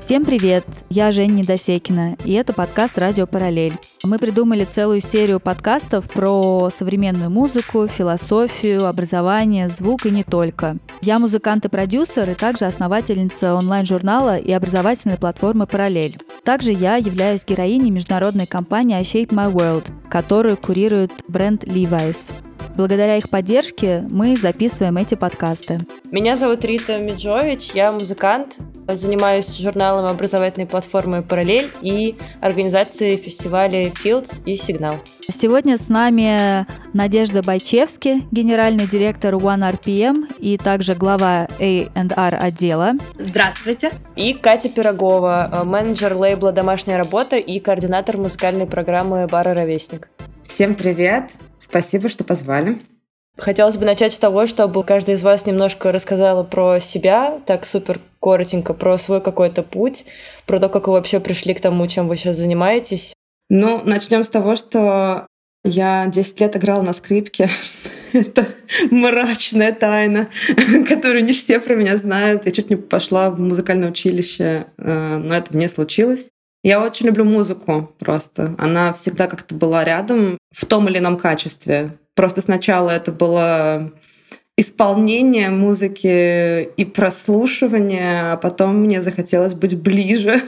Всем привет! Я Женя Недосекина, и это подкаст «Радио Параллель». Мы придумали целую серию подкастов про современную музыку, философию, образование, звук и не только. Я музыкант и продюсер, и также основательница онлайн-журнала и образовательной платформы «Параллель». Также я являюсь героиней международной компании I Shape My World, которую курирует бренд Levi's. Благодаря их поддержке мы записываем эти подкасты. Меня зовут Рита Меджович, я музыкант, занимаюсь журналом образовательной платформы «Параллель» и организацией фестивалей «Fields» и «Сигнал». Сегодня с нами Надежда Байчевски, генеральный директор OneRPM и также глава A&R отдела. Здравствуйте. И Катя Пирогова, менеджер лейбла «Домашняя работа» и координатор музыкальной программы «Бара Ровесник». Всем привет! Спасибо, что позвали. Хотелось бы начать с того, чтобы каждый из вас немножко рассказала про себя, так супер коротенько, про свой какой-то путь, про то, как вы вообще пришли к тому, чем вы сейчас занимаетесь. Начнем с того, что я 10 лет играла на скрипке. Это мрачная тайна, которую не все про меня знают. Я чуть не пошла в музыкальное училище, но это не случилось. Я очень люблю музыку просто. Она всегда как-то была рядом в том или ином качестве. Просто сначала это было исполнение музыки и прослушивание, а потом мне захотелось быть ближе.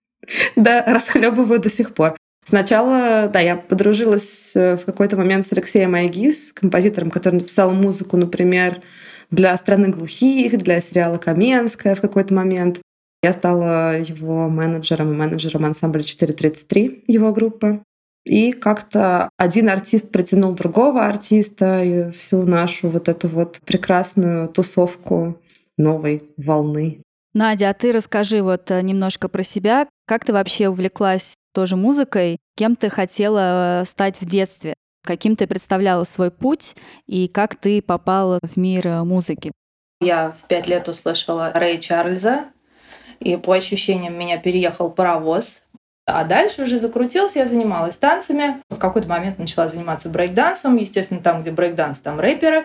Да, расхлебываю до сих пор. Сначала, да, я подружилась в какой-то момент с Алексеем Айгиз, композитором, который написал музыку, например, для «Страны глухих», для сериала «Каменская» в какой-то момент. Я стала его менеджером и менеджером ансамбля 433, его группы. И как-то один артист притянул другого артиста, и всю нашу вот эту вот прекрасную тусовку новой волны. Надя, а ты расскажи немножко про себя. Как ты вообще увлеклась тоже музыкой? Кем ты хотела стать в детстве? Каким ты представляла свой путь? И как ты попала в мир музыки? Я в 5 лет услышала Рэя Чарльза, и по ощущениям меня переехал паровоз. А дальше уже закрутился, я занималась танцами. В какой-то момент начала заниматься брейк-дансом. Естественно, там, где брейк-данс, там рэперы.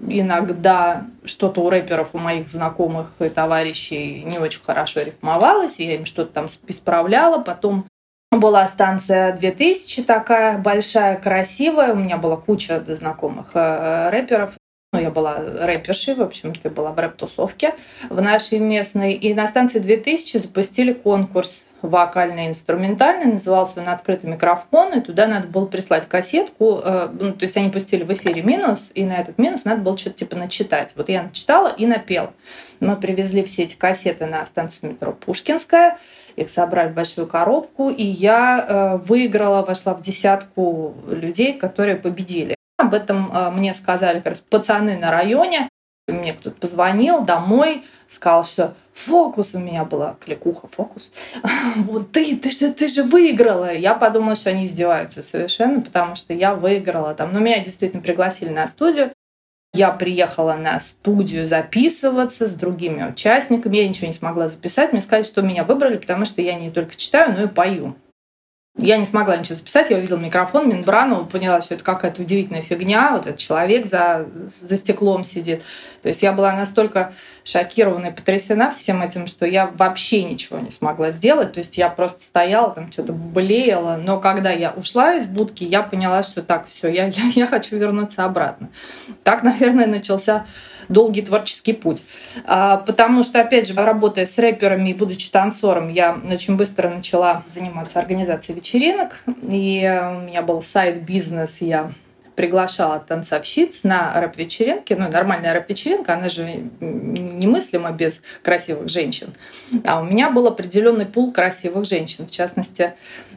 Иногда что-то у рэперов, у моих знакомых и товарищей не очень хорошо рифмовалось, и я им что-то там исправляла. Потом была станция 2000 такая большая, красивая. У меня была куча знакомых рэперов. Я была рэпершей, в общем-то, я была в рэп-тусовке в нашей местной. И на станции 2000 запустили конкурс вокально-инструментальный, назывался он «Открытый микрофон», и туда надо было прислать кассетку. То есть они пустили в эфире минус, и на этот минус надо было что-то типа начитать. Вот я начитала и напела. Мы привезли все эти кассеты на станцию метро Пушкинская, их собрали в большую коробку, и я выиграла, вошла в 10 людей, которые победили. Об этом мне сказали как раз пацаны на районе. Мне кто-то позвонил домой, сказал, что фокус у меня была, кликуха, фокус. Вот ты же выиграла. Я подумала, что они издеваются совершенно, потому что я выиграла там. Но меня действительно пригласили на студию. Я приехала на студию записываться с другими участниками. Я ничего не смогла записать. Мне сказали, что меня выбрали, потому что я не только читаю, но и пою. Я не смогла ничего записать, я увидела микрофон, мембрану, поняла, что это какая-то удивительная фигня, вот этот человек за стеклом сидит. То есть я была настолько шокирована и потрясена всем этим, что я вообще ничего не смогла сделать. То есть я просто стояла, там что-то блеяла. Но когда я ушла из будки, я поняла, что так, все, я хочу вернуться обратно. Так, наверное, начался долгий творческий путь. Потому что, опять же, работая с рэперами и будучи танцором, я очень быстро начала заниматься организацией вечеринок. И у меня был сайд-бизнес, я приглашала танцовщиц на рэп-вечеринки. Нормальная рэп-вечеринка, она же немыслима без красивых женщин. А у меня был определенный пул красивых женщин, в частности,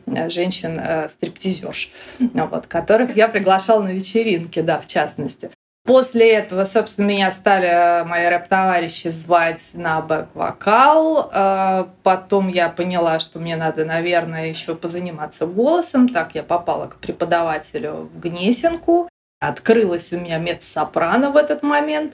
женщин-стриптизерш, которых я приглашала на вечеринки, да, в частности. После этого, собственно, меня стали мои рэп-товарищи звать на бэк-вокал. Потом я поняла, что мне надо, наверное, еще позаниматься голосом. Так я попала к преподавателю в Гнесинку. Открылась у меня меццо-сопрано в этот момент.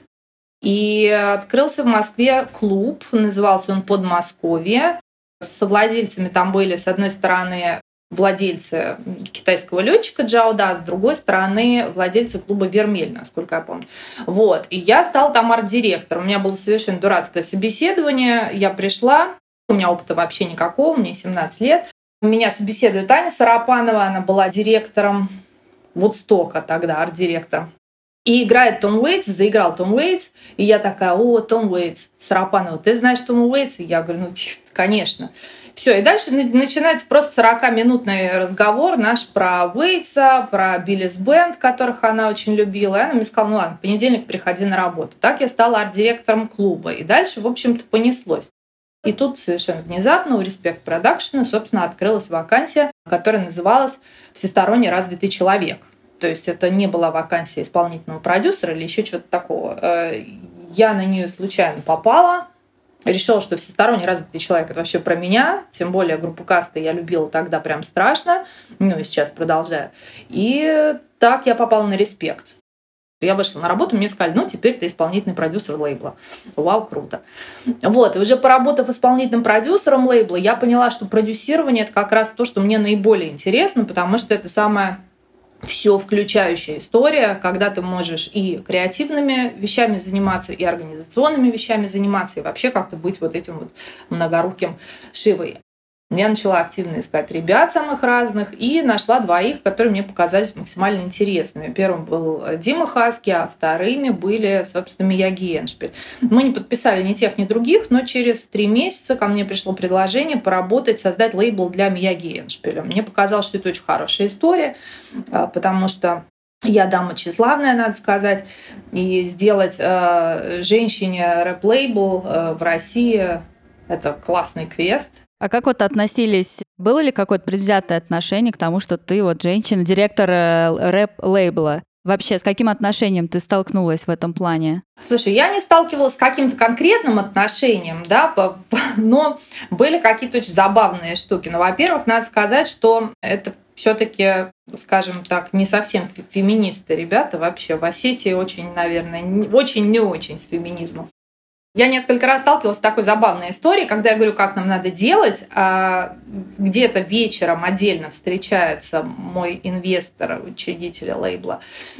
И открылся в Москве клуб, назывался он «Подмосковье». Совладельцами там были, с одной стороны, владельцы китайского летчика Джауда, с другой стороны владельцы клуба «Вермель», насколько я помню. И я стала там арт-директором. У меня было совершенно дурацкое собеседование. Я пришла, У меня опыта вообще никакого, мне 17 лет. Меня собеседует Аня Сарапанова, она была директором Вудстока тогда, арт-директором. И играет Том Уэйтс, заиграл Том Уэйтс, и я такая: о, Том Уэйтс, Сарапанова, ты знаешь Тома Уэйтса? Я говорю: конечно. Все, и дальше начинается просто 40-минутный разговор наш про Уэйтса, про Биллис Бенд, которых она очень любила. И она мне сказала: ладно, в понедельник приходи на работу. Так я стала арт-директором клуба. И дальше, в общем-то, понеслось. И тут совершенно внезапно у Respect Production, собственно, открылась вакансия, которая называлась «Всесторонне развитый человек». То есть это не была вакансия исполнительного продюсера или еще чего-то такого. Я на нее случайно попала, решила, что всесторонне развитый человек — это вообще про меня, тем более группу Каста я любила тогда прям страшно, ну и сейчас продолжаю. И так я попала на Респект. Я вышла на работу, мне сказали: ну, теперь ты исполнительный продюсер лейбла. Вау, круто. Вот, и уже поработав исполнительным продюсером лейбла, я поняла, что продюсирование — это как раз то, что мне наиболее интересно, потому что это самое все включающая история, когда ты можешь и креативными вещами заниматься, и организационными вещами заниматься, и вообще как-то быть вот этим вот многоруким Шивой. Я начала активно искать ребят самых разных и нашла двоих, которые мне показались максимально интересными. Первым был Дима Хаски, а вторыми были, собственно, Мияги и Эншпиль. Мы не подписали ни тех, ни других, но через 3 месяца ко мне пришло предложение поработать, создать лейбл для Мияги и Эншпиля. Мне показалось, что это очень хорошая история, потому что я дама тщеславная, надо сказать, и сделать женщине рэп-лейбл в России — это классный квест. А как вот относились, было ли какое-то предвзятое отношение к тому, что ты вот женщина, директор рэп-лейбла? Вообще, с каким отношением ты столкнулась в этом плане? Слушай, я не сталкивалась с каким-то конкретным отношением, да, но были какие-то очень забавные штуки. Но, во-первых, надо сказать, что это все-таки, скажем так, не совсем феминисты ребята вообще. В Осетии очень, наверное, очень не очень с феминизмом. Я несколько раз сталкивалась с такой забавной историей, когда я говорю, как нам надо делать, а где-то вечером отдельно встречается мой инвестор, учредитель лейбла,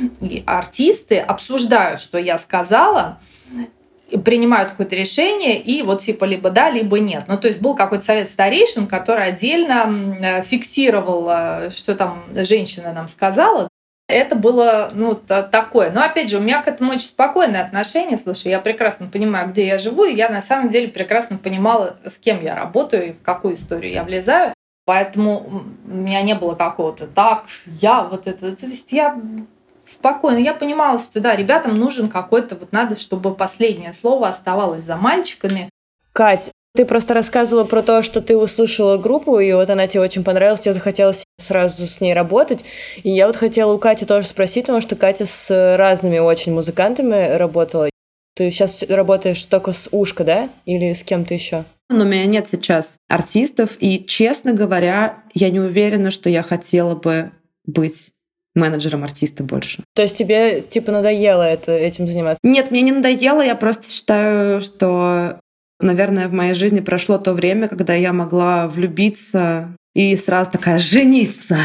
и артисты обсуждают, что я сказала, принимают какое-то решение, и вот типа либо да, либо нет. Ну, то есть был какой-то совет старейшин, который отдельно фиксировал, что там женщина нам сказала. Это было, такое. Но, опять же, у меня к этому очень спокойное отношение. Слушай, я прекрасно понимаю, где я живу, и я, на самом деле, прекрасно понимала, с кем я работаю и в какую историю я влезаю. Поэтому у меня не было какого-то «так, я вот это». То есть я спокойно. Я понимала, что, да, ребятам нужен какой-то, надо, чтобы последнее слово оставалось за мальчиками. Кать, ты просто рассказывала про то, что ты услышала группу, и вот она тебе очень понравилась, тебе захотелось сразу с ней работать. И я вот хотела у Кати тоже спросить, потому что Катя с разными очень музыкантами работала. Ты сейчас работаешь только с Ушко, да? Или с кем-то еще? Но у меня нет сейчас артистов, и, честно говоря, я не уверена, что я хотела бы быть менеджером артиста больше. То есть тебе, надоело этим заниматься? Нет, мне не надоело, я просто считаю, что, наверное, в моей жизни прошло то время, когда я могла влюбиться и сразу такая жениться.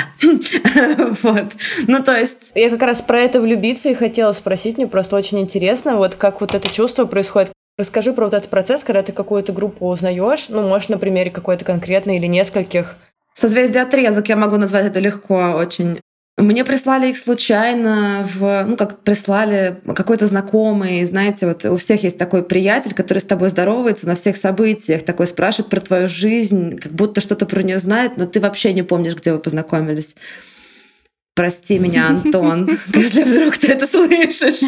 Вот. То есть... Я как раз про это влюбиться и хотела спросить, мне просто очень интересно, вот как вот это чувство происходит. Расскажи про вот этот процесс, когда ты какую-то группу узнаешь, может, на примере какой-то конкретной или нескольких. «Созвездие отрезок» я могу назвать это легко очень. Мне прислали их случайно, прислали какой-то знакомый, знаете, вот у всех есть такой приятель, который с тобой здоровается на всех событиях, такой спрашивает про твою жизнь, как будто что-то про нее знает, но ты вообще не помнишь, где вы познакомились. Прости меня, Антон, если вдруг ты это слышишь.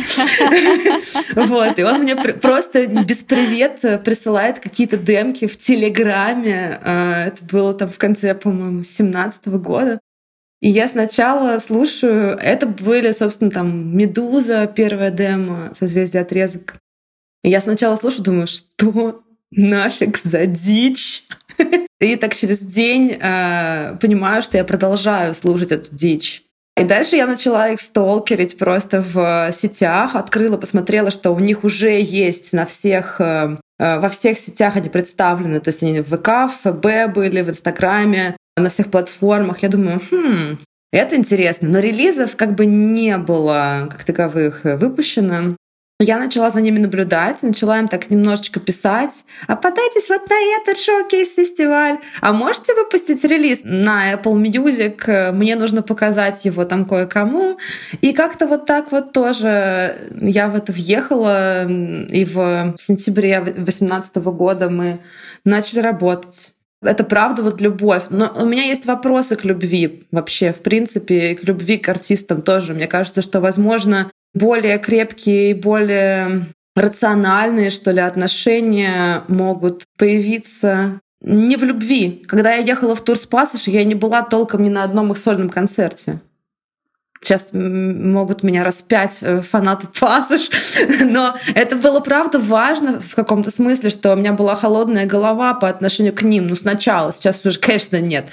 Вот, и он мне просто без привет присылает какие-то демки в Телеграме. Это было там в конце, по-моему, 17-го года. И я сначала слушаю, это были, собственно, там «Медуза», первая демо, «Созвездие отрезок». И я сначала слушаю, думаю, что нафиг за дичь? И так через день понимаю, что я продолжаю слушать эту дичь. И дальше я начала их сталкерить просто в сетях, открыла, посмотрела, что у них уже есть во всех сетях они представлены. То есть они в ВК, в ФБ были, в Инстаграме, на всех платформах. Я думаю, это интересно. Но релизов не было как таковых выпущено. Я начала за ними наблюдать, начала им так немножечко писать: а подайтесь вот на этот шоу-кейс-фестиваль, а можете выпустить релиз на Apple Music, мне нужно показать его там кое-кому. И как-то вот так вот тоже я в это въехала, и в сентябре 2018 года мы начали работать. Это правда вот любовь. Но у меня есть вопросы к любви вообще, в принципе, и к любви к артистам тоже. Мне кажется, что, возможно, более крепкие, более рациональные, что ли, отношения могут появиться не в любви. Когда я ехала в тур с Passage, я не была толком ни на одном их сольном концерте. Сейчас могут меня распять фанаты Passage, но это было, правда, важно в каком-то смысле, что у меня была холодная голова по отношению к ним. Ну, сначала, сейчас уже, конечно, нет.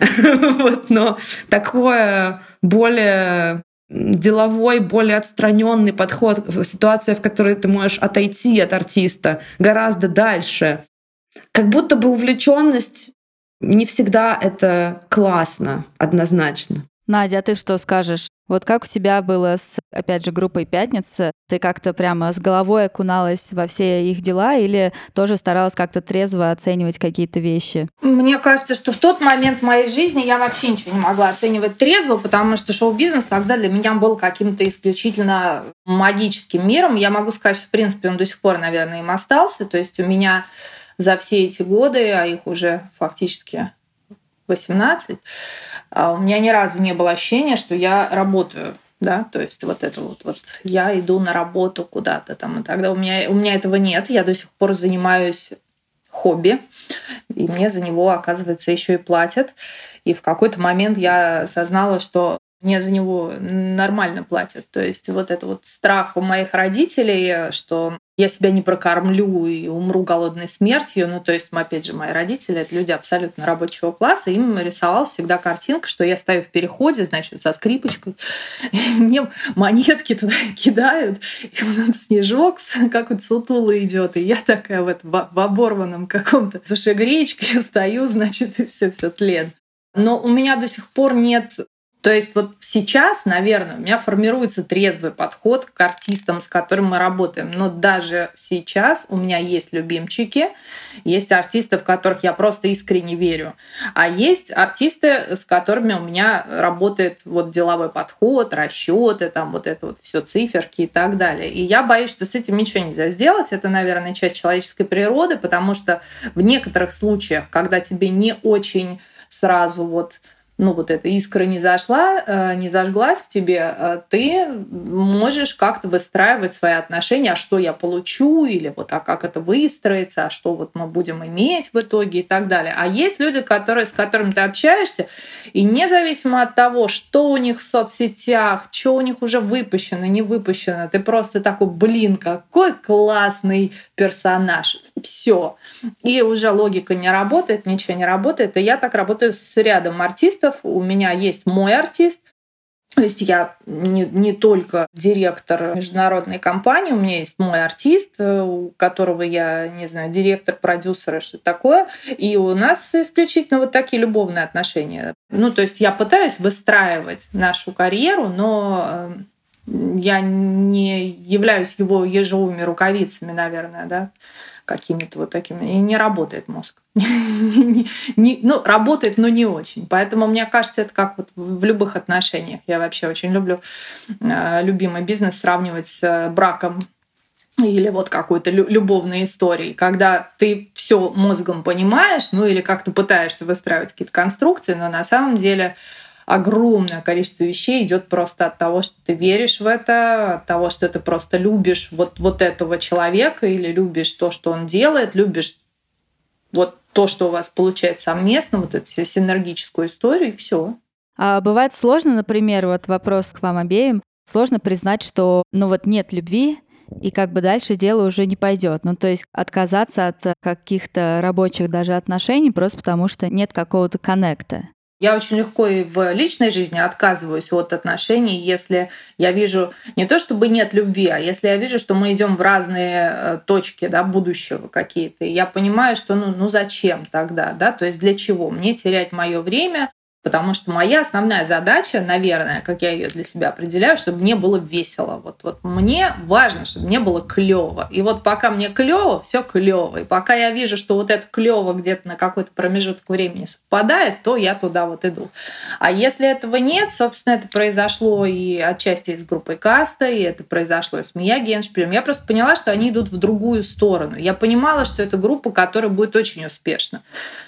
Но такое более деловой, более отстраненный подход в ситуации, в которой ты можешь отойти от артиста гораздо дальше. Как будто бы увлеченность не всегда это классно, однозначно. Надя, а ты что скажешь? Вот как у тебя было с, опять же, группой «Пятница»? Ты как-то прямо с головой окуналась во все их дела или тоже старалась как-то трезво оценивать какие-то вещи? Мне кажется, что в тот момент в моей жизни я вообще ничего не могла оценивать трезво, потому что шоу-бизнес тогда для меня был каким-то исключительно магическим миром. Я могу сказать, что, в принципе, он до сих пор, наверное, им остался. То есть у меня за все эти годы, а их уже фактически 18, у меня ни разу не было ощущения, что я работаю, да, то есть вот это вот я иду на работу куда-то там, и тогда у меня этого нет, я до сих пор занимаюсь хобби, и мне за него, оказывается, еще и платят, и в какой-то момент я осознала, что мне за него нормально платят, то есть вот это вот страх у моих родителей, что я себя не прокормлю и умру голодной смертью. Ну, то есть, опять же, мои родители — это люди абсолютно рабочего класса. Им рисовалась всегда картинка, что я стою в переходе, значит, со скрипочкой, и мне монетки туда кидают, и вот снежок, как вот сутула идет, и я такая в оборванном каком-то душегреечке стою, значит, и все тлен. Но у меня до сих пор нет. То есть вот сейчас, наверное, у меня формируется трезвый подход к артистам, с которыми мы работаем. Но даже сейчас у меня есть любимчики, есть артисты, в которых я просто искренне верю. А есть артисты, с которыми у меня работает вот деловой подход, расчеты, там вот это вот все циферки и так далее. И я боюсь, что с этим ничего нельзя сделать. Это, наверное, часть человеческой природы, потому что в некоторых случаях, когда тебе не очень сразу вот эта искра не зажглась в тебе, ты можешь как-то выстраивать свои отношения, а что я получу, или а как это выстроится, а что мы будем иметь в итоге и так далее. А есть люди, с которыми ты общаешься, и независимо от того, что у них в соцсетях, что у них уже выпущено, не выпущено, ты просто такой, какой классный персонаж. Все. И уже логика не работает, ничего не работает. И я так работаю с рядом артистов. У меня есть мой артист. То есть я не только директор международной компании, у меня есть мой артист, у которого я, не знаю, директор, продюсер и что-то такое. И у нас исключительно вот такие любовные отношения. То есть я пытаюсь выстраивать нашу карьеру, но я не являюсь его ежовыми рукавицами, наверное, да, какими-то вот такими. И не работает мозг. Работает, но не очень. Поэтому, мне кажется, это как в любых отношениях. Я вообще очень люблю любимый бизнес сравнивать с браком или какой-то любовной историей, когда ты все мозгом понимаешь, или как-то пытаешься выстраивать какие-то конструкции, но на самом деле огромное количество вещей идет просто от того, что ты веришь в это, от того, что ты просто любишь вот этого человека или любишь то, что он делает, любишь то, что у вас получается совместно, эту синергическую историю, и все. А бывает сложно, например, вопрос к вам обеим, сложно признать, что нет любви, и дальше дело уже не пойдет. То есть отказаться от каких-то рабочих даже отношений просто потому, что нет какого-то коннекта. Я очень легко и в личной жизни отказываюсь от отношений, если я вижу не то чтобы нет любви, а если я вижу, что мы идем в разные точки, да, будущего какие-то. И я понимаю, что зачем тогда, да, то есть для чего мне терять мое время Потому что моя основная задача, наверное, как я ее для себя определяю, чтобы мне было весело. Вот мне важно, чтобы мне было клево. И вот пока мне клево, все клево. И пока я вижу, что вот это клево где-то на какой-то промежуток времени совпадает, то я туда вот иду. А если этого нет, собственно, это произошло и отчасти с группой Каста, и это произошло и с Мияги Эндшпилем. Я просто поняла, что они идут в другую сторону. Я понимала, что это группа, которая будет очень успешна.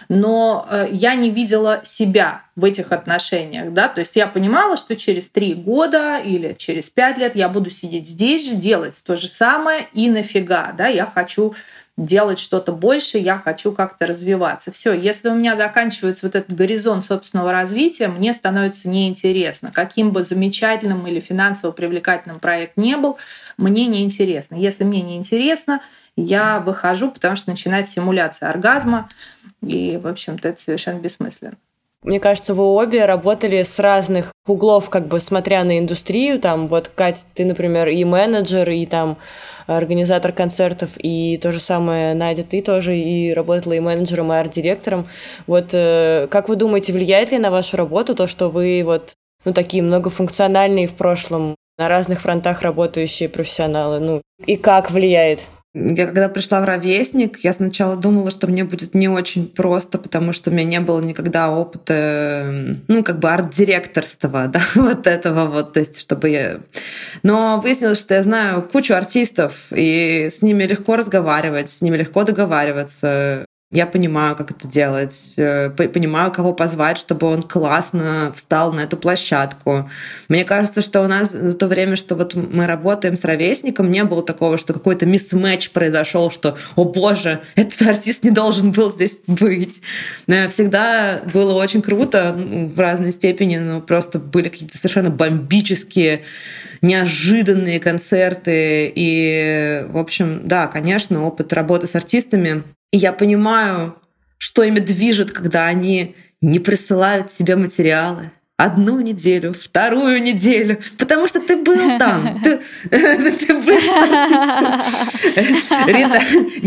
Но я не видела себя в этих отношениях, да, то есть я понимала, что через 3 года или через 5 лет я буду сидеть здесь же, делать то же самое, и нафига, да, я хочу делать что-то больше, я хочу как-то развиваться. Все, если у меня заканчивается вот этот горизонт собственного развития, мне становится неинтересно. Каким бы замечательным или финансово привлекательным проект не был, мне неинтересно. Если мне неинтересно, я выхожу, потому что начинается симуляция оргазма, и, в общем-то, это совершенно бессмысленно. Мне кажется, вы обе работали с разных углов, как бы смотря на индустрию. Там вот, Катя, ты, например, и менеджер, и там организатор концертов, и то же самое, Надя, ты тоже и работала и менеджером, и арт-директором. Вот как вы думаете, влияет ли на вашу работу то, что вы вот такие многофункциональные в прошлом, на разных фронтах работающие профессионалы? И как влияет? Я когда пришла в «Ровесник», я сначала думала, что мне будет не очень просто, потому что у меня не было никогда опыта, арт-директорства, да, вот этого вот, то есть, чтобы я... Но выяснилось, что я знаю кучу артистов, и с ними легко разговаривать, с ними легко договариваться. Я понимаю, как это делать, понимаю, кого позвать, чтобы он классно встал на эту площадку. Мне кажется, что у нас за то время, что вот мы работаем с «Ровесником», не было такого, что какой-то мисс-мэтч произошел, что, о боже, этот артист не должен был здесь быть. Всегда было очень круто в разной степени, но просто были какие-то совершенно бомбические, неожиданные концерты. И, в общем, да, конечно, опыт работы с артистами. И я понимаю, что ими движет, когда они не присылают тебе материалы 1 неделю, 2 неделю, потому что ты был там, ты был с артистом. Рита,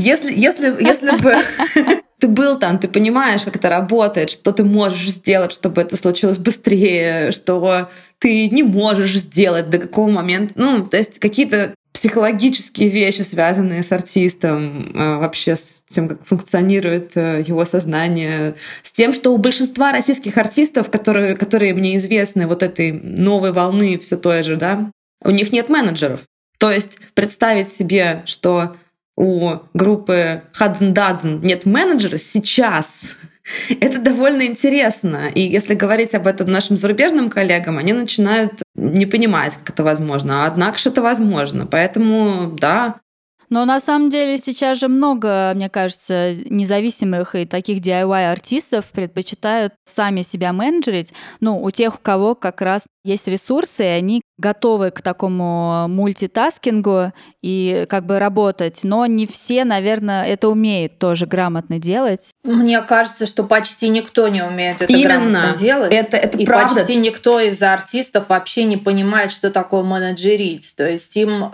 если бы ты был там, ты понимаешь, как это работает, что ты можешь сделать, чтобы это случилось быстрее, что ты не можешь сделать, до какого момента. То есть какие-то психологические вещи, связанные с артистом, вообще с тем, как функционирует его сознание, с тем, что у большинства российских артистов, которые мне известны, вот этой новой волны все той же, да, у них нет менеджеров. То есть представить себе, что у группы Hadden Dadden нет менеджера сейчас, это довольно интересно. И если говорить об этом нашим зарубежным коллегам, они начинают не понимать, как это возможно. А однако же это возможно. Поэтому, да. Но на самом деле сейчас же много, мне кажется, независимых и таких DIY-артистов предпочитают сами себя менеджерить. У тех, у кого как раз есть ресурсы, и они готовы к такому мультитаскингу и как бы работать. Но не все, наверное, это умеют тоже грамотно делать. Мне кажется, что почти никто не умеет это грамотно делать. Это и правда. Почти никто из артистов вообще не понимает, что такое менеджерить. То есть им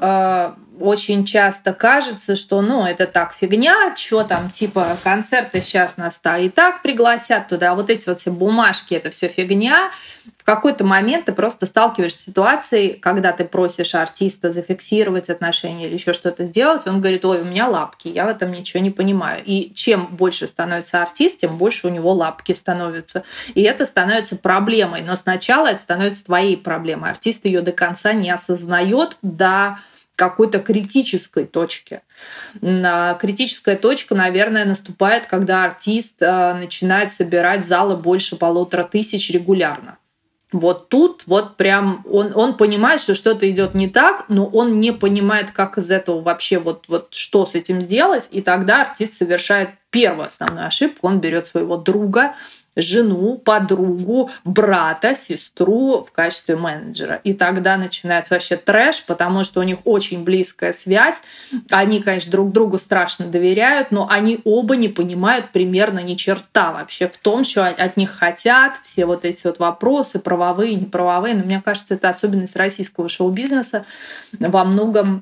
очень часто кажется, что это так фигня, что там, типа концерты сейчас нас и так пригласят туда, а вот эти вот все бумажки, это все фигня. В какой-то момент ты просто сталкиваешься с ситуацией, когда ты просишь артиста зафиксировать отношения или еще что-то сделать, он говорит: ой, у меня лапки, я в этом ничего не понимаю. И чем больше становится артист, тем больше у него лапки становятся. И это становится проблемой. Но сначала это становится твоей проблемой. Артист ее до конца не осознает до какой-то критической точки. Критическая точка, наверное, наступает, когда артист начинает собирать залы больше 1500 регулярно. Вот тут вот прям он понимает, что что-то идет не так, но он не понимает, как из этого вообще вот что с этим сделать. И тогда артист совершает первую основную ошибку. Он берет своего друга, жену, подругу, брата, сестру в качестве менеджера. И тогда начинается вообще трэш, потому что у них очень близкая связь. Они, конечно, друг другу страшно доверяют, но они оба не понимают примерно ни черта вообще в том, что от них хотят. Все вот эти вот вопросы, правовые, неправовые. Но мне кажется, это особенность российского шоу-бизнеса во многом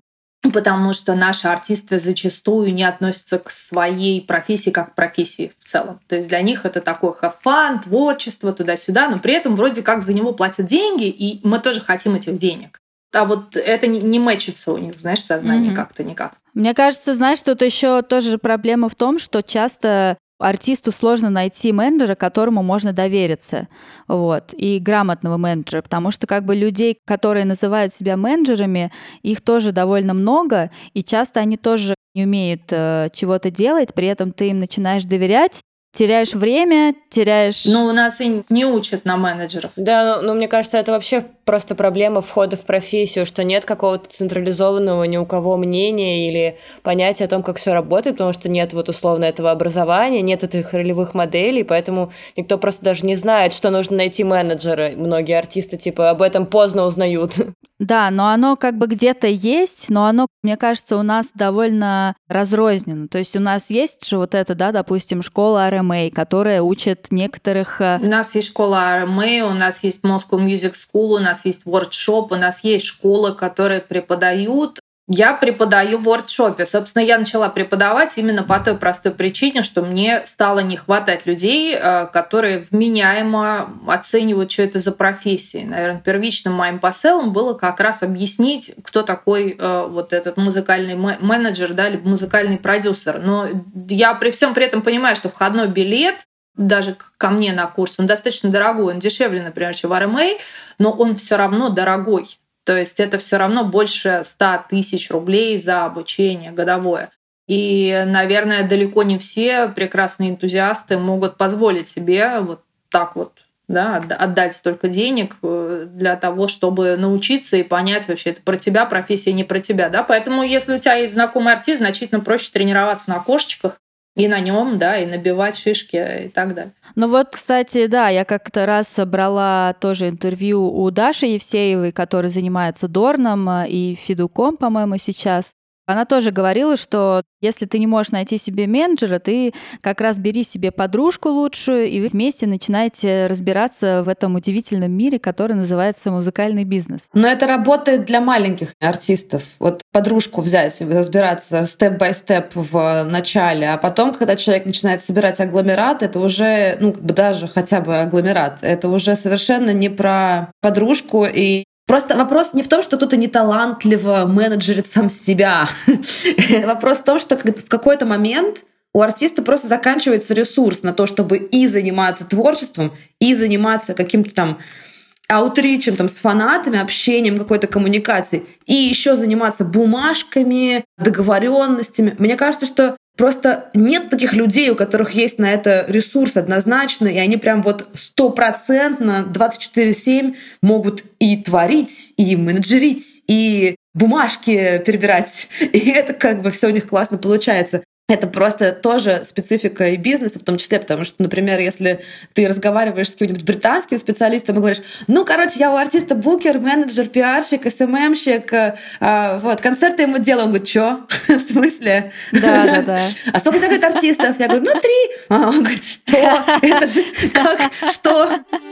потому что наши артисты зачастую не относятся к своей профессии как к профессии в целом. То есть для них это такой have fun, творчество, туда-сюда, но при этом вроде как за него платят деньги, и мы тоже хотим этих денег. А вот это не мэчится у них, знаешь, в сознании как-то никак. Мне кажется, знаешь, тут еще тоже проблема в том, что часто артисту сложно найти менеджера, которому можно довериться, вот, и грамотного менеджера, потому что как бы людей, которые называют себя менеджерами, их тоже довольно много, и часто они тоже не умеют чего-то делать, при этом ты им начинаешь доверять, теряешь время, теряешь... Ну, у нас и не учат на менеджеров. Да, но мне кажется, это вообще просто проблема входа в профессию, что нет какого-то централизованного ни у кого мнения или понятия о том, как все работает, потому что нет вот условно этого образования, нет этих ролевых моделей, поэтому никто просто даже не знает, что нужно найти менеджера. Многие артисты типа об этом поздно узнают. Да, но оно как бы где-то есть, но оно, мне кажется, у нас довольно разрознено. То есть у нас есть же вот это, да, допустим, школа RMA, которая учит некоторых... У нас есть школа RMA, у нас есть Moscow Music School, у нас есть воркшоп, у нас есть школы, которые преподают. Я преподаю в воркшопе. Собственно, я начала преподавать именно по той простой причине, что мне стало не хватать людей, которые вменяемо оценивают, что это за профессия. Наверное, первичным моим посылом было как раз объяснить, кто такой вот этот музыкальный менеджер, да, либо музыкальный продюсер. Но я при всем при этом понимаю, что входной билет даже ко мне на курс, он достаточно дорогой, он дешевле, например, чем в RMA, но он все равно дорогой. То есть это все равно больше 100 тысяч рублей за обучение годовое. И, наверное, далеко не все прекрасные энтузиасты могут позволить себе вот так вот, да, отдать столько денег для того, чтобы научиться и понять вообще, это про тебя, профессия не про тебя. Да? Поэтому если у тебя есть знакомый артист, значительно проще тренироваться на окошечках, и на нем, да, и набивать шишки и так далее. Ну вот, кстати, да, я как-то раз брала тоже интервью у Даши Евсеевой, которая занимается Дорном и Федуком, по-моему, сейчас. Она тоже говорила, что если ты не можешь найти себе менеджера, ты как раз бери себе подружку лучшую, и вы вместе начинаете разбираться в этом удивительном мире, который называется музыкальный бизнес. Но это работает для маленьких артистов. Вот подружку взять, разбираться степ-бай-степ в начале, а потом, когда человек начинает собирать агломерат, это уже, ну, как бы даже хотя бы агломерат, это уже совершенно не про подружку. И просто вопрос не в том, что кто-то неталантливо менеджерит сам себя. Вопрос в том, что в какой-то момент у артиста просто заканчивается ресурс на то, чтобы и заниматься творчеством, и заниматься каким-то там аутричем там, с фанатами, общением, какой-то коммуникацией, и еще заниматься бумажками, договоренностями. Мне кажется, что просто нет таких людей, у которых есть на это ресурс однозначно, и они прям вот 100% 24/7 могут и творить, и менеджерить, и бумажки перебирать. И это как бы все у них классно получается. Это просто тоже специфика и бизнеса в том числе, потому что, например, если ты разговариваешь с каким-нибудь британским специалистом и говоришь, ну, короче, я у артиста букер, менеджер, пиарщик, СММщик, вот, концерты ему делаю. Он говорит, чё? В смысле? Да. А сколько за говорит, артистов? Я говорю, 3. Он говорит, что? Это же как? Что?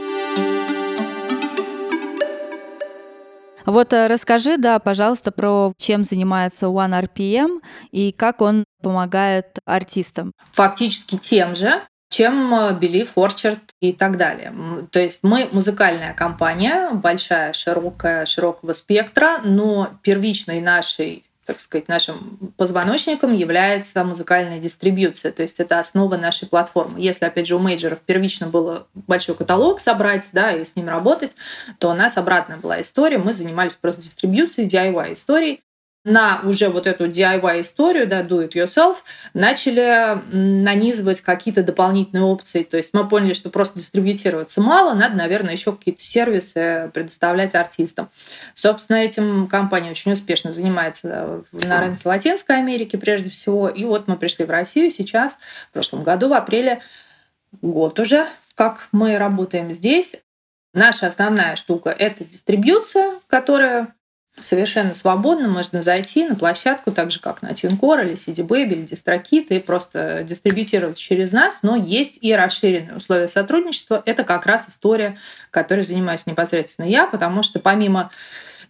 Вот расскажи, да, пожалуйста, про чем занимается OneRPM и как он помогает артистам. Фактически тем же, чем Believe, Orchard и так далее. То есть мы музыкальная компания, большая, широкого спектра, но первичной нашей, так сказать, нашим позвоночником является музыкальная дистрибьюция. То есть это основа нашей платформы. Если, опять же, у мейджоров первично было большой каталог собрать, да, и с ним работать, то у нас обратная была история. Мы занимались просто дистрибьюцией, DIY-историей. На уже вот эту DIY-историю, да, do it yourself, начали нанизывать какие-то дополнительные опции. То есть мы поняли, что просто дистрибьютироваться мало, надо, наверное, еще какие-то сервисы предоставлять артистам. Собственно, этим компания очень успешно занимается на рынке Латинской Америки прежде всего. И вот мы пришли в Россию сейчас, в прошлом году, в апреле, год уже, как мы работаем здесь. Наша основная штука — это дистрибьюция, которая совершенно свободно можно зайти на площадку, так же, как на TuneCore или CD Baby или DistroKid, и просто дистрибьютировать через нас, но есть и расширенные условия сотрудничества. Это как раз история, которой занимаюсь непосредственно я, потому что помимо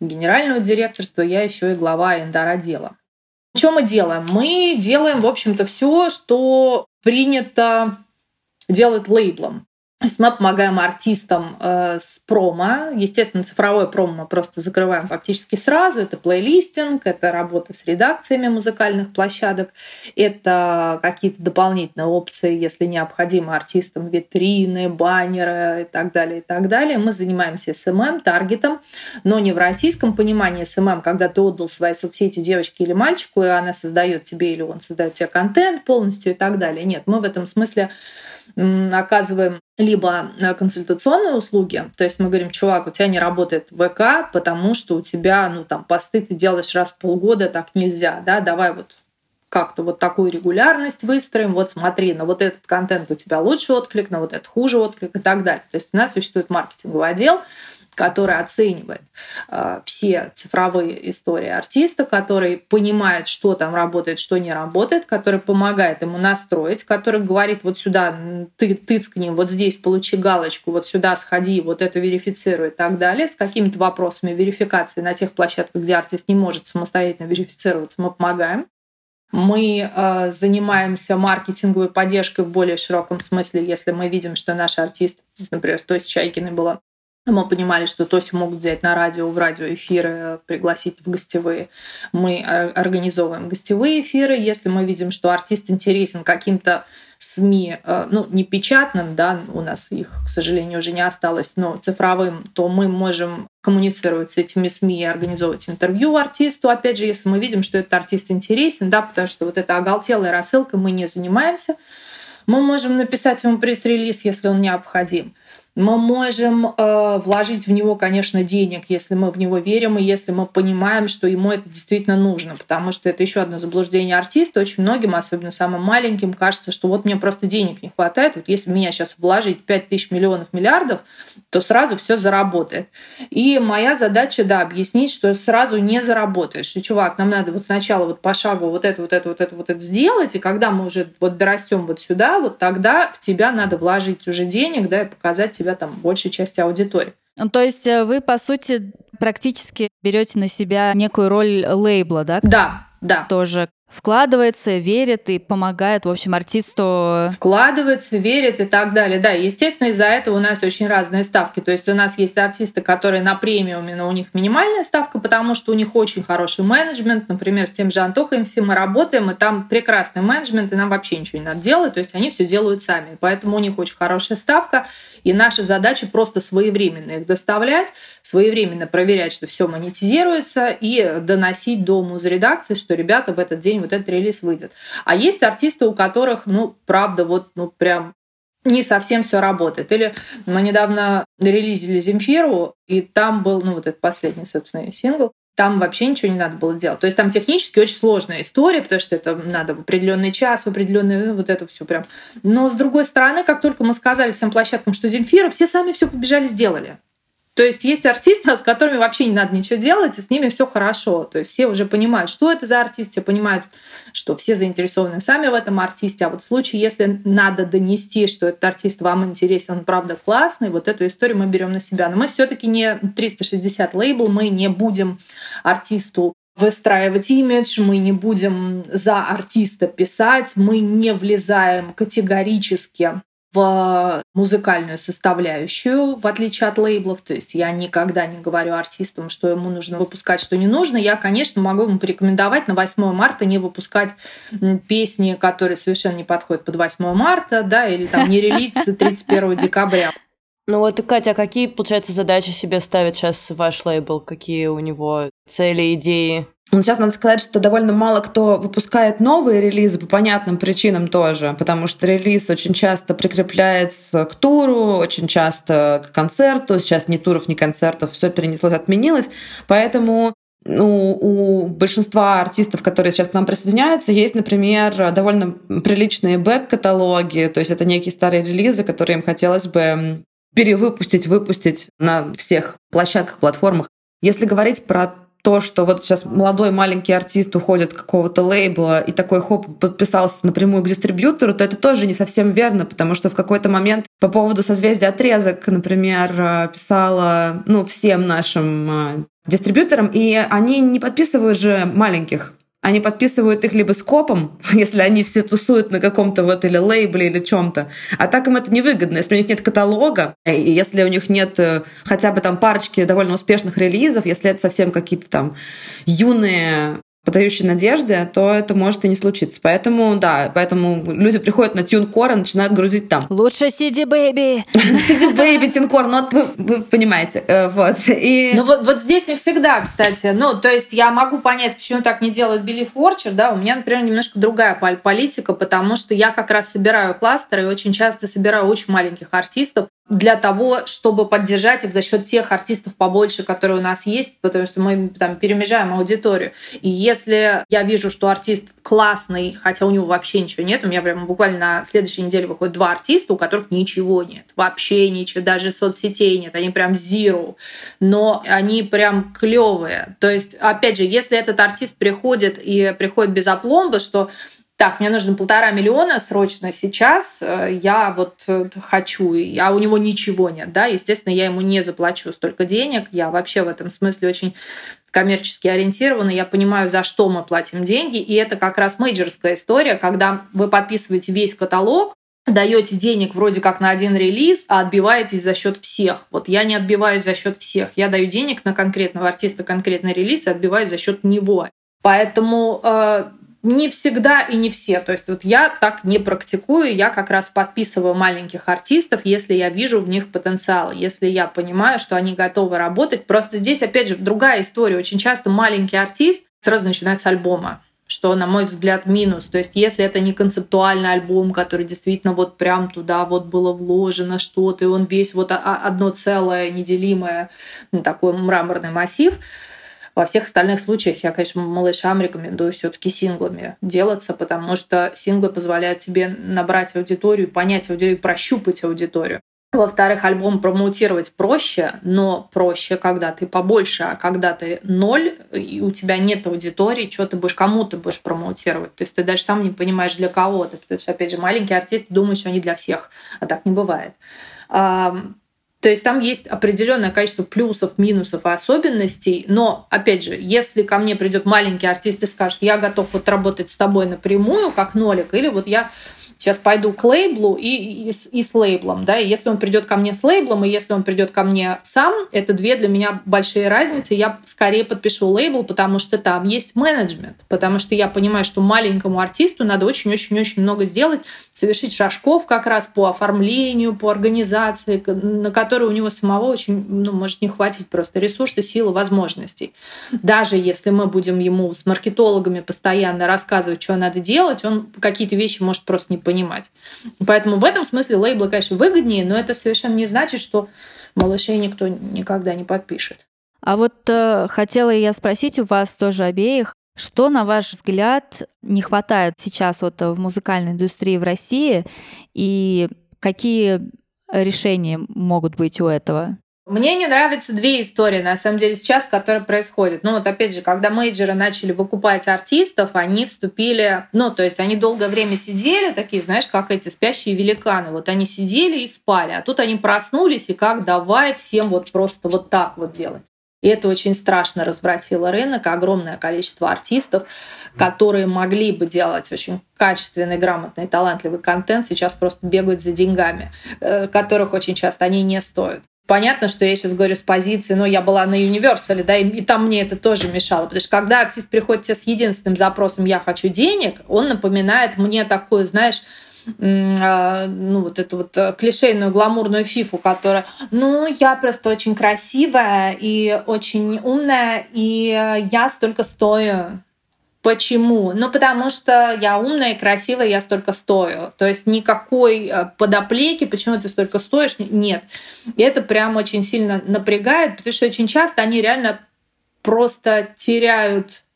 генерального директорства, я еще и глава A&R-отдела. Что мы делаем? Мы делаем, в общем-то, все, что принято делать лейблом. То есть мы помогаем артистам с промо. Естественно, цифровое промо мы просто закрываем фактически сразу. Это плейлистинг, это работа с редакциями музыкальных площадок, это какие-то дополнительные опции, если необходимо артистам, витрины, баннеры и так далее, и так далее. Мы занимаемся SMM, таргетом, но не в российском понимании SMM, когда ты отдал свои соцсети девочке или мальчику, и она создает тебе или он создает тебе контент полностью и так далее. Нет, мы в этом смысле оказываем либо консультационные услуги, то есть мы говорим: чувак, у тебя не работает ВК, потому что у тебя, посты ты делаешь раз в полгода, так нельзя, да, давай вот как-то вот такую регулярность выстроим, вот смотри, на вот этот контент у тебя лучше отклик, на вот этот хуже отклик и так далее. То есть у нас существует маркетинговый отдел, который оценивает все цифровые истории артиста, который понимает, что там работает, что не работает, который помогает ему настроить, который говорит: вот сюда ты тыцкни, вот здесь получи галочку, вот сюда сходи, вот это верифицируй и так далее. С какими-то вопросами верификации на тех площадках, где артист не может самостоятельно верифицироваться, мы помогаем. Мы занимаемся маркетинговой поддержкой в более широком смысле, если мы видим, что наш артист, например, с Тосей Чайкиной было, мы понимали, что Тосю могут взять на радио, в радиоэфиры, пригласить в гостевые. Мы организовываем гостевые эфиры. Если мы видим, что артист интересен каким-то СМИ, не печатным, да, у нас их, к сожалению, уже не осталось, но цифровым, то мы можем коммуницировать с этими СМИ и организовывать интервью артисту. Опять же, если мы видим, что этот артист интересен, да, потому что вот эта оголтелая рассылка, мы не занимаемся. Мы можем написать ему пресс-релиз, если он необходим. Мы можем вложить в него, конечно, денег, если мы в него верим и если мы понимаем, что ему это действительно нужно, потому что это еще одно заблуждение артиста. Очень многим, особенно самым маленьким, кажется, что вот мне просто денег не хватает. Вот если в меня сейчас вложить 5000 миллионов миллиардов, то сразу все заработает. И моя задача, да, объяснить, что сразу не заработаешь. Что, чувак, нам надо вот сначала вот пошагово вот это сделать, и когда мы уже вот дорастем вот сюда, вот тогда в тебя надо вложить уже денег, да, и показать тебя там большей части аудитории. То есть вы, по сути, практически берете на себя некую роль лейбла, да? Да. Тоже вкладывается, верит и помогает, в общем, артисту. Вкладывается, верит и так далее. Да, естественно, из-за этого у нас очень разные ставки. То есть у нас есть артисты, которые на премиуме, но у них минимальная ставка, потому что у них очень хороший менеджмент. Например, с тем же Антохой МС мы работаем, и там прекрасный менеджмент, и нам вообще ничего не надо делать. То есть они все делают сами. Поэтому у них очень хорошая ставка. И наша задача просто своевременно их доставлять, своевременно проверять, что все монетизируется, и доносить до музредакции, что ребята в этот день вот этот релиз выйдет. А есть артисты, у которых, правда, прям не совсем все работает. Или мы недавно релизили Земфиру, и там был, этот последний, собственно, сингл, там вообще ничего не надо было делать. То есть там технически очень сложная история, потому что это надо в определенный час, в определенный вот это все прям. Но с другой стороны, как только мы сказали всем площадкам, что Земфира, все сами все побежали, сделали. То есть есть артисты, с которыми вообще не надо ничего делать, и с ними все хорошо. То есть все уже понимают, что это за артист, все понимают, что все заинтересованы сами в этом артисте. А вот в случае, если надо донести, что этот артист вам интересен, он правда классный, вот эту историю мы берем на себя. Но мы все-таки не 360 лейбл, мы не будем артисту выстраивать имидж, мы не будем за артиста писать, мы не влезаем категорически в музыкальную составляющую, в отличие от лейблов. То есть я никогда не говорю артистам, что ему нужно выпускать, что не нужно. Я, конечно, могу ему порекомендовать на 8 марта не выпускать песни, которые совершенно не подходят под 8 марта, да, или там не релизиться 31 декабря. Катя, а какие, получается, задачи себе ставит сейчас ваш лейбл? Какие у него цели, идеи? Сейчас надо сказать, что довольно мало кто выпускает новые релизы по понятным причинам тоже, потому что релиз очень часто прикрепляется к туру, очень часто к концерту. Сейчас ни туров, ни концертов, все перенеслось, отменилось. Поэтому у большинства артистов, которые сейчас к нам присоединяются, есть, например, довольно приличные бэк-каталоги, то есть это некие старые релизы, которые им хотелось бы перевыпустить, выпустить на всех площадках, платформах. Если говорить про то, что вот сейчас молодой маленький артист уходит с какого-то лейбла и такой хоп, подписался напрямую к дистрибьютору, то это тоже не совсем верно, потому что в какой-то момент по поводу созвездия отрезок, например, писала всем нашим дистрибьюторам, и они не подписывают же маленьких. Они подписывают их либо скопом, если они все тусуют на каком-то вот или лейбле, или чем-то. А так им это невыгодно. Если у них нет каталога, и если у них нет хотя бы там парочки довольно успешных релизов, если это совсем какие-то там юные, подающие надежды, то это может и не случиться. Поэтому люди приходят на TuneCore и начинают грузить там. Лучше CD Baby. CD Baby, TuneCore, вы понимаете. Вот. Вот здесь не всегда, кстати. То есть я могу понять, почему так не делает Believe Watcher, да, у меня, например, немножко другая политика, потому что я как раз собираю кластеры и очень часто собираю очень маленьких артистов для того, чтобы поддержать их за счет тех артистов побольше, которые у нас есть, потому что мы там перемежаем аудиторию. И если я вижу, что артист классный, хотя у него вообще ничего нет, у меня прям буквально на следующей неделе выходит 2 артиста, у которых ничего нет, вообще ничего, даже соцсетей нет, они прям zero, но они прям клевые. То есть, опять же, если этот артист приходит без опломба, что так, мне нужно 1,5 миллиона срочно сейчас, я вот хочу, а у него ничего нет, да, естественно, я ему не заплачу столько денег, я вообще в этом смысле очень коммерчески ориентирована, я понимаю, за что мы платим деньги, и это как раз мейджорская история, когда вы подписываете весь каталог, даете денег вроде как на один релиз, а отбиваетесь за счет всех. Вот я не отбиваюсь за счет всех, я даю денег на конкретного артиста, конкретный релиз и отбиваюсь за счет него. Поэтому не всегда и не все. То есть вот я так не практикую, я как раз подписываю маленьких артистов, если я вижу в них потенциал, если я понимаю, что они готовы работать. Просто здесь, опять же, другая история. Очень часто маленький артист сразу начинает с альбома, что, на мой взгляд, минус. То есть если это не концептуальный альбом, который действительно вот прям туда вот было вложено что-то, и он весь вот одно целое, неделимое, такой мраморный массив. Во всех остальных случаях я, конечно, малышам рекомендую все-таки синглами делаться, потому что синглы позволяют тебе набрать аудиторию, понять аудиторию, прощупать аудиторию. Во-вторых, альбом промоутировать проще, но проще, когда ты побольше, а когда ты 0, и у тебя нет аудитории, кому ты будешь промоутировать. То есть ты даже сам не понимаешь, для кого ты. Потому что, опять же, маленькие артисты думают, что они для всех, а так не бывает. То есть там есть определенное количество плюсов, минусов и особенностей, но, опять же, если ко мне придет маленький артист и скажет, я готов вот работать с тобой напрямую, как нолик, или вот я сейчас пойду к лейблу и с лейблом, да, и если он придет ко мне с лейблом, и если он придет ко мне сам, это 2 для меня большие разницы, я скорее подпишу лейбл, потому что там есть менеджмент, потому что я понимаю, что маленькому артисту надо очень-очень-очень много сделать, совершить шажков как раз по оформлению, по организации, на которые у него самого очень, может не хватить просто ресурсов, силы, возможностей. Даже если мы будем ему с маркетологами постоянно рассказывать, что надо делать, он какие-то вещи может просто не понимать. Поэтому в этом смысле лейблы, конечно, выгоднее, но это совершенно не значит, что малышей никто никогда не подпишет. А вот хотела я спросить у вас тоже обеих, что, на ваш взгляд, не хватает сейчас вот в музыкальной индустрии в России, и какие решения могут быть у этого? Мне не нравятся 2 истории, на самом деле, сейчас, которые происходят. Опять же, когда мейджоры начали выкупать артистов, они вступили... то есть они долгое время сидели, такие, знаешь, как эти спящие великаны. Вот они сидели и спали, а тут они проснулись, и как давай всем вот просто вот так вот делать. И это очень страшно развратило рынок. Огромное количество артистов, которые могли бы делать очень качественный, грамотный, талантливый контент, сейчас просто бегают за деньгами, которых очень часто они не стоят. Понятно, что я сейчас говорю с позиции, я была на Universal, да, и там мне это тоже мешало, потому что когда артист приходит тебе с единственным запросом «я хочу денег», он напоминает мне такую, знаешь, вот эту вот клишейную гламурную фифу, которая, я просто очень красивая и очень умная, и я столько стою. Почему? Потому что я умная и красивая, я столько стою. То есть никакой подоплеки, почему ты столько стоишь, нет. И это прям очень сильно напрягает, потому что очень часто они реально просто теряют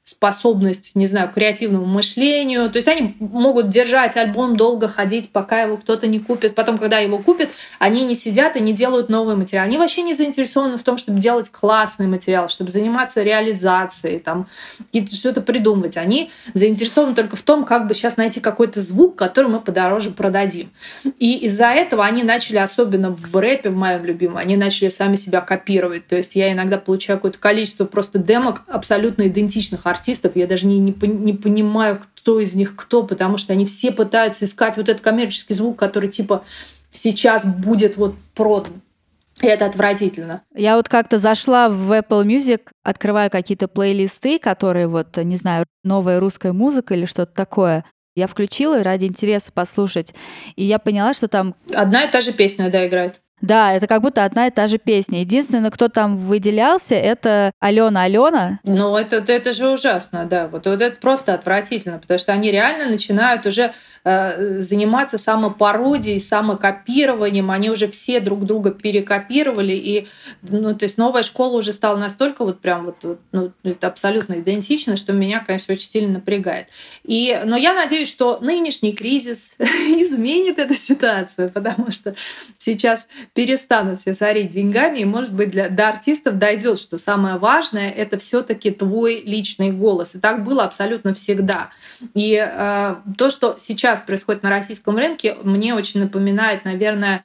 способность, не знаю, к креативному мышлению. То есть они могут держать альбом, долго ходить, пока его кто-то не купит. Потом, когда его купят, они не сидят и не делают новый материал. Они вообще не заинтересованы в том, чтобы делать классный материал, чтобы заниматься реализацией, там, что-то придумывать. Они заинтересованы только в том, как бы сейчас найти какой-то звук, который мы подороже продадим. И из-за этого они начали, особенно в рэпе, в моем любимом, они начали сами себя копировать. То есть я иногда получаю какое-то количество просто демок абсолютно идентичных артистов. Я даже не понимаю, кто из них кто, потому что они все пытаются искать вот этот коммерческий звук, который типа сейчас будет вот продан. И это отвратительно. Я вот как-то зашла в Apple Music, открываю какие-то плейлисты, которые вот, не знаю, новая русская музыка или что-то такое. Я включила ради интереса послушать, и я поняла, что там... Одна и та же песня, да, играет. Да, это как будто одна и та же песня. Единственное, кто там выделялся, это Алена. Ну, это же ужасно, да. Вот это просто отвратительно, потому что они реально начинают уже заниматься самопародией, самокопированием. Они уже все друг друга перекопировали. И, ну, то есть новая школа уже стала настолько вот прям вот, ну, это абсолютно идентично, что меня, конечно, очень сильно напрягает. Но я надеюсь, что нынешний кризис изменит эту ситуацию, потому что сейчас перестанут все сорить деньгами, и, может быть, до артистов дойдет, что самое важное — это все-таки твой личный голос. И так было абсолютно всегда. И то, что сейчас происходит на российском рынке, мне очень напоминает, наверное,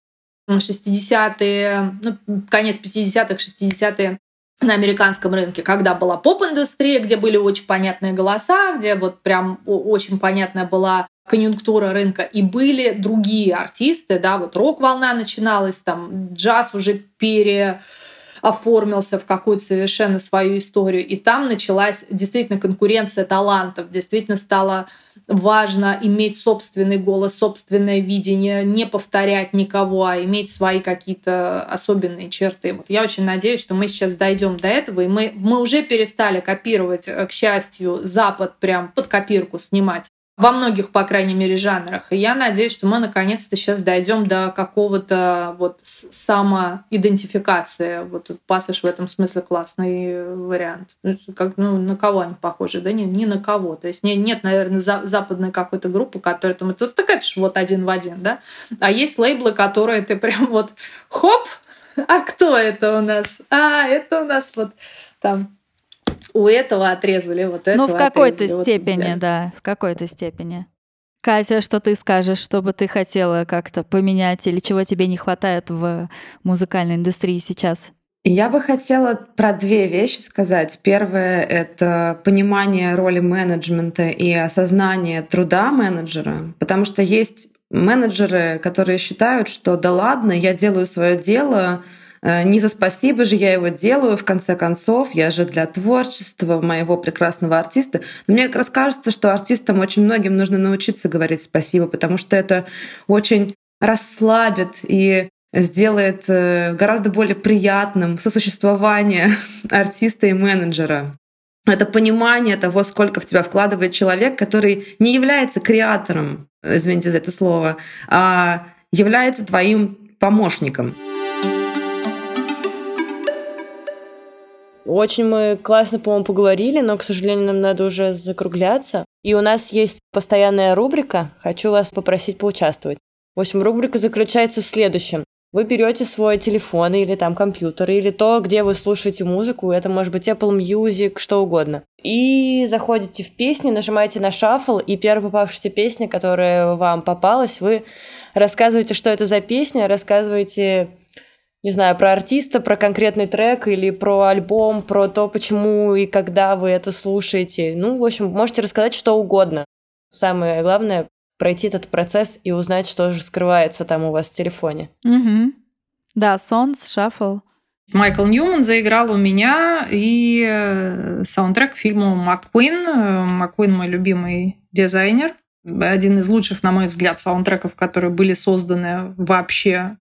60-е, ну, конец 50-х, 60-е на американском рынке, когда была поп-индустрия, где были очень понятные голоса, где вот прям очень понятная была конъюнктура рынка, и были другие артисты, да, вот рок-волна начиналась, там джаз уже переоформился в какую-то совершенно свою историю, и там началась действительно конкуренция талантов, действительно стало важно иметь собственный голос, собственное видение, не повторять никого, а иметь свои какие-то особенные черты. Вот я очень надеюсь, что мы сейчас дойдем до этого, и мы уже перестали копировать, к счастью, Запад прям под копирку снимать. Во многих, по крайней мере, жанрах. И я надеюсь, что мы наконец-то сейчас дойдем до какого-то вот самоидентификации. Вот пассаж в этом смысле классный вариант. На кого они похожи? Да ни на кого. То есть нет, наверное, западной какой-то группы, которая там... Так это ж вот один в один, да? А есть лейблы, которые ты прям вот хоп! А кто это у нас? А, это у нас вот там... У этого отрезали, вот этого. Ну, в какой-то отрезали, степени, вот да, в какой-то степени. Катя, что ты скажешь, что бы ты хотела как-то поменять или чего тебе не хватает в музыкальной индустрии сейчас? Я бы хотела про две вещи сказать. Первое — это понимание роли менеджмента и осознание труда менеджера, потому что есть менеджеры, которые считают, что да ладно, я делаю свое дело, не за спасибо же я его делаю, в конце концов, я же для творчества моего прекрасного артиста. Но мне как раз кажется, что артистам очень многим нужно научиться говорить спасибо, потому что это очень расслабит и сделает гораздо более приятным сосуществование артиста и менеджера. Это понимание того, сколько в тебя вкладывает человек, который не является креатором, извините за это слово, а является твоим помощником. Очень мы классно, по-моему, поговорили, но, к сожалению, нам надо уже закругляться. И у нас есть постоянная рубрика. Хочу вас попросить поучаствовать. В общем, рубрика заключается в следующем. Вы берете свой телефон или там компьютер, или то, где вы слушаете музыку, это может быть Apple Music, что угодно. И заходите в песни, нажимаете на шаффл, и первая попавшаяся песня, которая вам попалась, вы рассказываете, что это за песня, рассказываете... Не знаю, про артиста, про конкретный трек или про альбом, про то, почему и когда вы это слушаете. Ну, в общем, можете рассказать что угодно. Самое главное — пройти этот процесс и узнать, что же скрывается там у вас в телефоне. Угу. Да, Songs, Shuffle. Майкл Ньюман заиграл у меня и саундтрек к фильму «МакКуин». МакКуин — мой любимый дизайнер. Один из лучших, на мой взгляд, саундтреков, которые были созданы вообще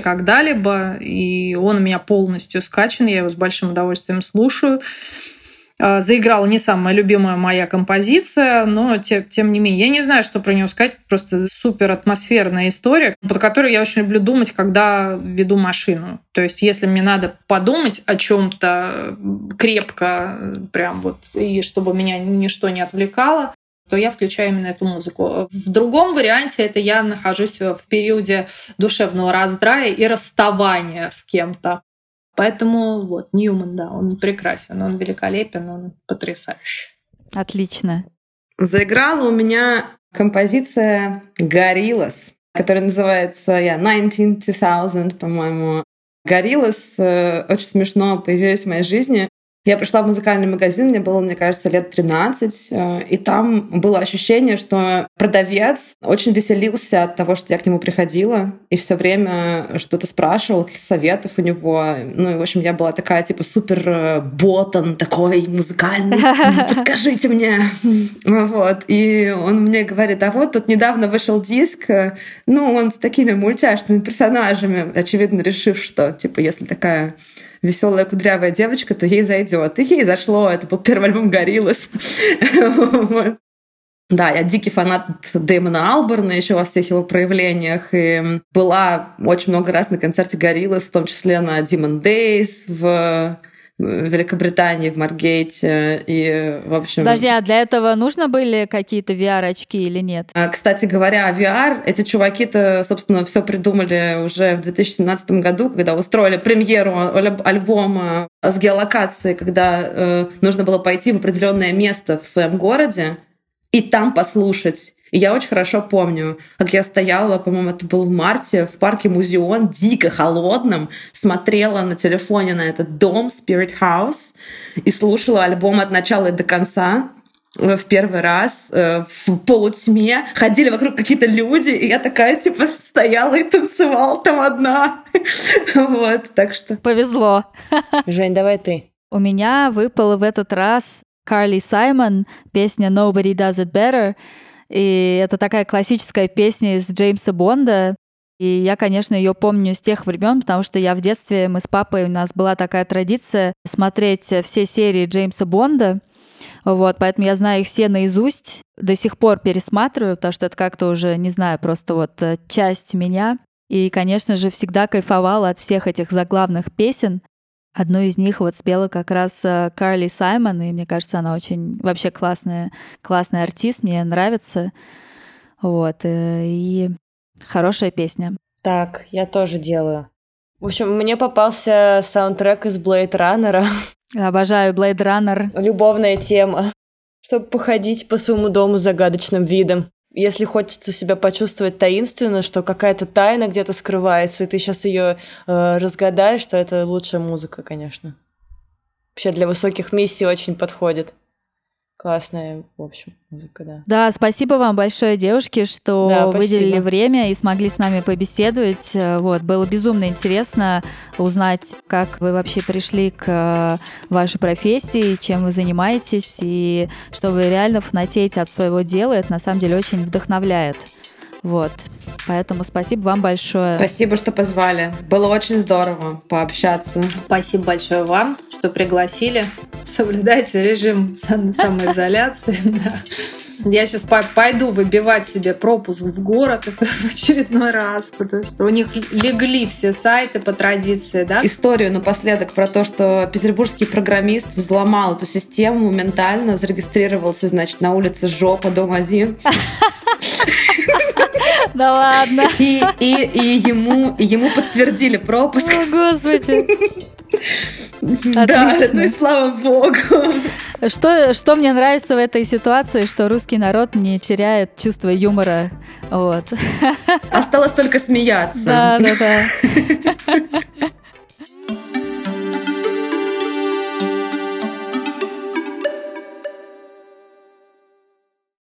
когда-либо, и он у меня полностью скачан, я его с большим удовольствием слушаю. заиграла не самая любимая моя композиция, но тем не менее. Я не знаю, что про нее сказать. Просто супер атмосферная история, под которой я очень люблю думать, когда веду машину. То есть, если мне надо подумать о чем-то крепко, прям вот, и чтобы меня ничто не отвлекало, то я включаю именно эту музыку. В другом варианте это я нахожусь в периоде душевного раздрая и расставания с кем-то. Поэтому вот Ньюман, да, он прекрасен, он великолепен, он потрясающий. Отлично. Заиграла у меня композиция Gorillaz, которая называется 19-2000, по-моему. Gorillaz очень смешно появились в моей жизни. Я пришла в музыкальный магазин, мне было, мне кажется, лет 13, и там было ощущение, что продавец очень веселился от того, что я к нему приходила, и все время что-то спрашивал, каких советов у него. Ну, и, в общем, я была такая, типа, супер ботан такой музыкальный. Подскажите мне. Вот. И он мне говорит, а вот тут недавно вышел диск, ну, он с такими мультяшными персонажами, очевидно, решив, что, типа, если такая веселая кудрявая девочка, то ей зайдет. И ей зашло. Это был первый альбом Gorillaz. Да, я дикий фанат Дэймона Алборна еще во всех его проявлениях. И была очень много раз на концерте Gorillaz, в том числе на Demon Days в Великобритании, в Маргейте. И, в общем... Подожди, а для этого нужно были какие-то VR-очки или нет? Кстати говоря, VR, эти чуваки-то, собственно, все придумали уже в 2017 году, когда устроили премьеру альбома с геолокацией, когда нужно было пойти в определенное место в своем городе и там послушать. И я очень хорошо помню, как я стояла, по-моему, это было в марте, в парке Музеон, дико холодном, смотрела на телефоне на этот дом Spirit House и слушала альбом от начала и до конца в первый раз в полутьме. Ходили вокруг какие-то люди, и я такая, типа, стояла и танцевала там одна. Вот, так что... Повезло. Жень, давай ты. У меня выпала в этот раз Карли Саймон, песня «Nobody Does It Better». И это такая классическая песня из Джеймса Бонда. И я, конечно, ее помню с тех времен, потому что я в детстве, мы с папой, у нас была такая традиция смотреть все серии Джеймса Бонда. Вот, поэтому я знаю их все наизусть, до сих пор пересматриваю, потому что это как-то уже, не знаю, просто вот часть меня. И, конечно же, всегда кайфовала от всех этих заглавных песен. Одну из них вот спела как раз Карли Саймон, и мне кажется, она очень вообще классный артист, мне нравится. Вот, и хорошая песня. Так, я тоже делаю. В общем, мне попался саундтрек из Blade Runner. Обожаю Blade Runner. Любовная тема. Чтобы походить по своему дому с загадочным видом. Если хочется себя почувствовать таинственно, что какая-то тайна где-то скрывается, и ты сейчас ее разгадаешь, то это лучшая музыка, конечно. Вообще для высоких миссий очень подходит. Классная, в общем, музыка, да. Да, спасибо вам большое, девушки, что выделили время и смогли с нами побеседовать. Вот, было безумно интересно узнать, как вы вообще пришли к вашей профессии, чем вы занимаетесь, и что вы реально фанатеете от своего дела. Это на самом деле очень вдохновляет. Вот, поэтому спасибо вам большое. Спасибо, что позвали. Было очень здорово пообщаться. Спасибо большое вам, что пригласили. Соблюдайте режим самоизоляции. Я сейчас пойду выбивать себе пропуск в город в очередной раз, потому что у них легли все сайты по традиции, да? Историю напоследок про то, что петербургский программист взломал эту систему моментально, зарегистрировался, значит, на улице Жопа, дом 1. Да ладно. И ему подтвердили пропуск. О, Господи. Да, ну и слава богу. Что мне нравится в этой ситуации, что русский народ не теряет чувство юмора. Вот. Осталось только смеяться. Да.